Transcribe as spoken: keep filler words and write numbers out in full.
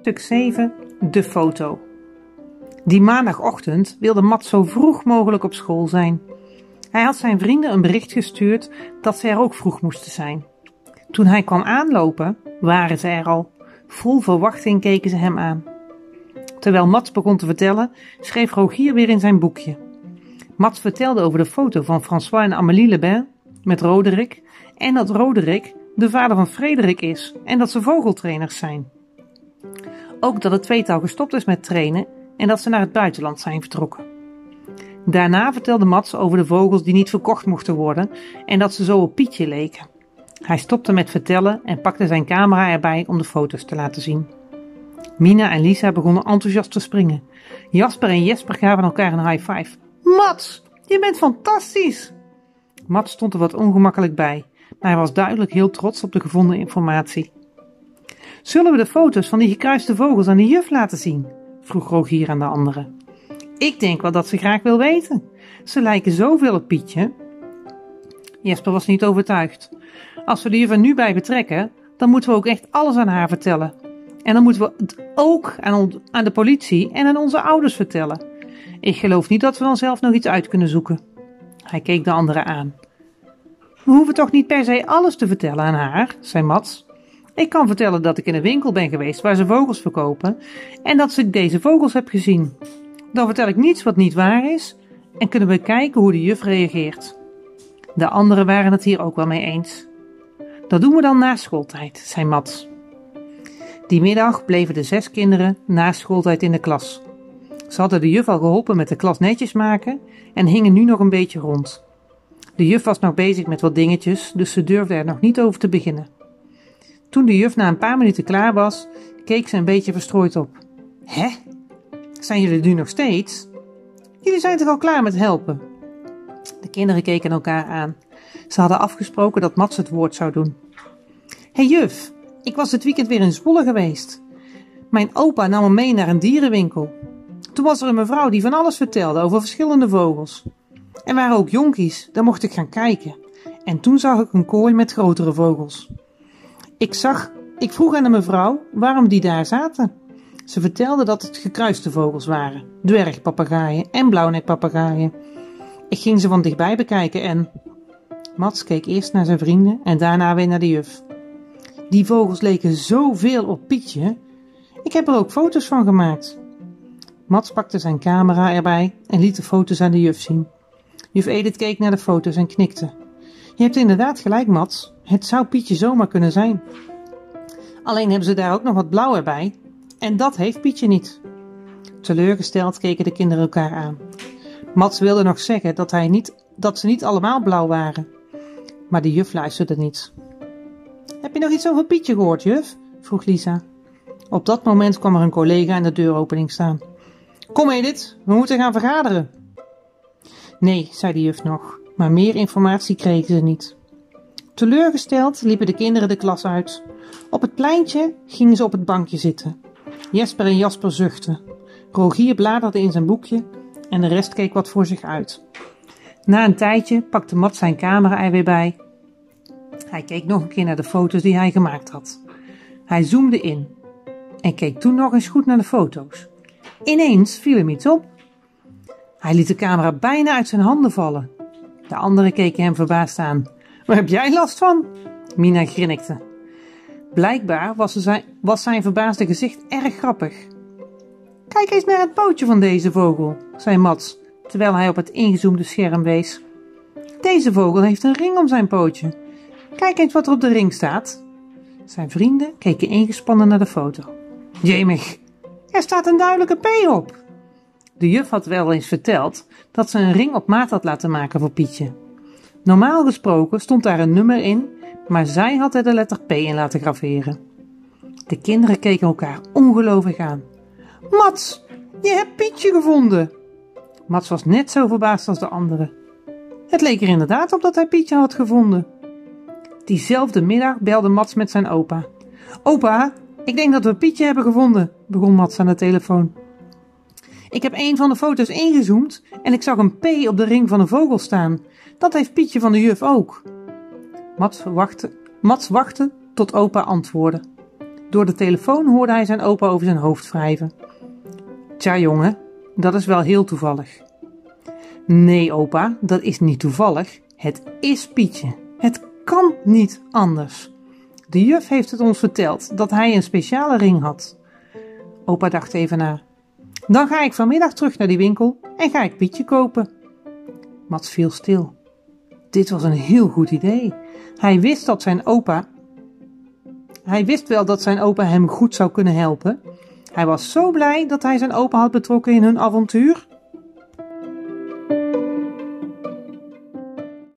Stuk zeven. De foto. Die maandagochtend wilde Mats zo vroeg mogelijk op school zijn. Hij had zijn vrienden een bericht gestuurd dat ze er ook vroeg moesten zijn. Toen hij kwam aanlopen, waren ze er al. Vol verwachting keken ze hem aan. Terwijl Mats begon te vertellen, schreef Rogier weer in zijn boekje. Mats vertelde over de foto van François en Amélie Lebin met Roderick en dat Roderick de vader van Frederik is en dat ze vogeltrainers zijn. Ook dat het tweetal gestopt is met trainen en dat ze naar het buitenland zijn vertrokken. Daarna vertelde Mats over de vogels die niet verkocht mochten worden en dat ze zo op Pietje leken. Hij stopte met vertellen en pakte zijn camera erbij om de foto's te laten zien. Mina en Lisa begonnen enthousiast te springen. Jasper en Jesper gaven elkaar een high five. Mats, je bent fantastisch! Mats stond er wat ongemakkelijk bij, maar hij was duidelijk heel trots op de gevonden informatie. Zullen we de foto's van die gekruiste vogels aan de juf laten zien? Vroeg Rogier aan de anderen. Ik denk wel dat ze graag wil weten. Ze lijken zoveel op Pietje. Jesper was niet overtuigd. Als we de juf er nu bij betrekken, dan moeten we ook echt alles aan haar vertellen. En dan moeten we het ook aan, aan de politie en aan onze ouders vertellen. Ik geloof niet dat we dan zelf nog iets uit kunnen zoeken. Hij keek de anderen aan. We hoeven toch niet per se alles te vertellen aan haar, zei Mats. Ik kan vertellen dat ik in een winkel ben geweest waar ze vogels verkopen en dat ik deze vogels heb gezien. Dan vertel ik niets wat niet waar is en kunnen we kijken hoe de juf reageert. De anderen waren het hier ook wel mee eens. Dat doen we dan na schooltijd, zei Mats. Die middag bleven de zes kinderen na schooltijd in de klas. Ze hadden de juf al geholpen met de klas netjes maken en hingen nu nog een beetje rond. De juf was nog bezig met wat dingetjes, dus ze durfde er nog niet over te beginnen. Toen de juf na een paar minuten klaar was, keek ze een beetje verstrooid op. Hè? Zijn jullie nu nog steeds? Jullie zijn toch al klaar met helpen? De kinderen keken elkaar aan. Ze hadden afgesproken dat Mats het woord zou doen. Hé juf, ik was dit weekend weer in Zwolle geweest. Mijn opa nam me mee naar een dierenwinkel. Toen was er een mevrouw die van alles vertelde over verschillende vogels. Er waren ook jonkies, daar mocht ik gaan kijken. En toen zag ik een kooi met grotere vogels. Ik zag, ik vroeg aan de mevrouw waarom die daar zaten. Ze vertelde dat het gekruiste vogels waren, dwergpapagaaien en blauwnekpapagaaien. Ik ging ze van dichtbij bekijken en... Mats keek eerst naar zijn vrienden en daarna weer naar de juf. Die vogels leken zoveel op Pietje. Ik heb er ook foto's van gemaakt. Mats pakte zijn camera erbij en liet de foto's aan de juf zien. Juf Edith keek naar de foto's en knikte. Je hebt inderdaad gelijk, Mats. Het zou Pietje zomaar kunnen zijn. Alleen hebben ze daar ook nog wat blauw erbij. En dat heeft Pietje niet. Teleurgesteld keken de kinderen elkaar aan. Mats wilde nog zeggen dat, hij niet, dat ze niet allemaal blauw waren. Maar de juf luisterde niet. Heb je nog iets over Pietje gehoord, juf? Vroeg Lisa. Op dat moment kwam er een collega aan de deuropening staan. Kom Edith, we moeten gaan vergaderen. Nee, zei de juf nog, maar meer informatie kregen ze niet. Teleurgesteld liepen de kinderen de klas uit. Op het pleintje gingen ze op het bankje zitten. Jesper en Jasper zuchtten. Rogier bladerde in zijn boekje en de rest keek wat voor zich uit. Na een tijdje pakte Mats zijn camera er weer bij. Hij keek nog een keer naar de foto's die hij gemaakt had. Hij zoomde in en keek toen nog eens goed naar de foto's. Ineens viel hem iets op. Hij liet de camera bijna uit zijn handen vallen. De anderen keken hem verbaasd aan. Waar heb jij last van? Mina grinnikte. Blijkbaar was zijn, was zijn verbaasde gezicht erg grappig. Kijk eens naar het pootje van deze vogel, zei Mats, terwijl hij op het ingezoomde scherm wees. Deze vogel heeft een ring om zijn pootje. Kijk eens wat er op de ring staat. Zijn vrienden keken ingespannen naar de foto. Jemig, er staat een duidelijke P op. De juf had wel eens verteld dat ze een ring op maat had laten maken voor Pietje. Normaal gesproken stond daar een nummer in, maar zij had er de letter P in laten graveren. De kinderen keken elkaar ongelovig aan. Mats, je hebt Pietje gevonden. Mats was net zo verbaasd als de anderen. Het leek er inderdaad op dat hij Pietje had gevonden. Diezelfde middag belde Mats met zijn opa. Opa, ik denk dat we Pietje hebben gevonden, begon Mats aan de telefoon. Ik heb een van de foto's ingezoomd en ik zag een P op de ring van een vogel staan. Dat heeft Pietje van de juf ook. Mats wachtte, Mats wachtte tot opa antwoordde. Door de telefoon hoorde hij zijn opa over zijn hoofd wrijven. Tja jongen, dat is wel heel toevallig. Nee opa, dat is niet toevallig. Het is Pietje. Het kan niet anders. De juf heeft het ons verteld dat hij een speciale ring had. Opa dacht even na. Dan ga ik vanmiddag terug naar die winkel en ga ik Pietje kopen. Mats viel stil. Dit was een heel goed idee. Hij wist dat zijn opa... Hij wist wel dat zijn opa hem goed zou kunnen helpen. Hij was zo blij dat hij zijn opa had betrokken in hun avontuur.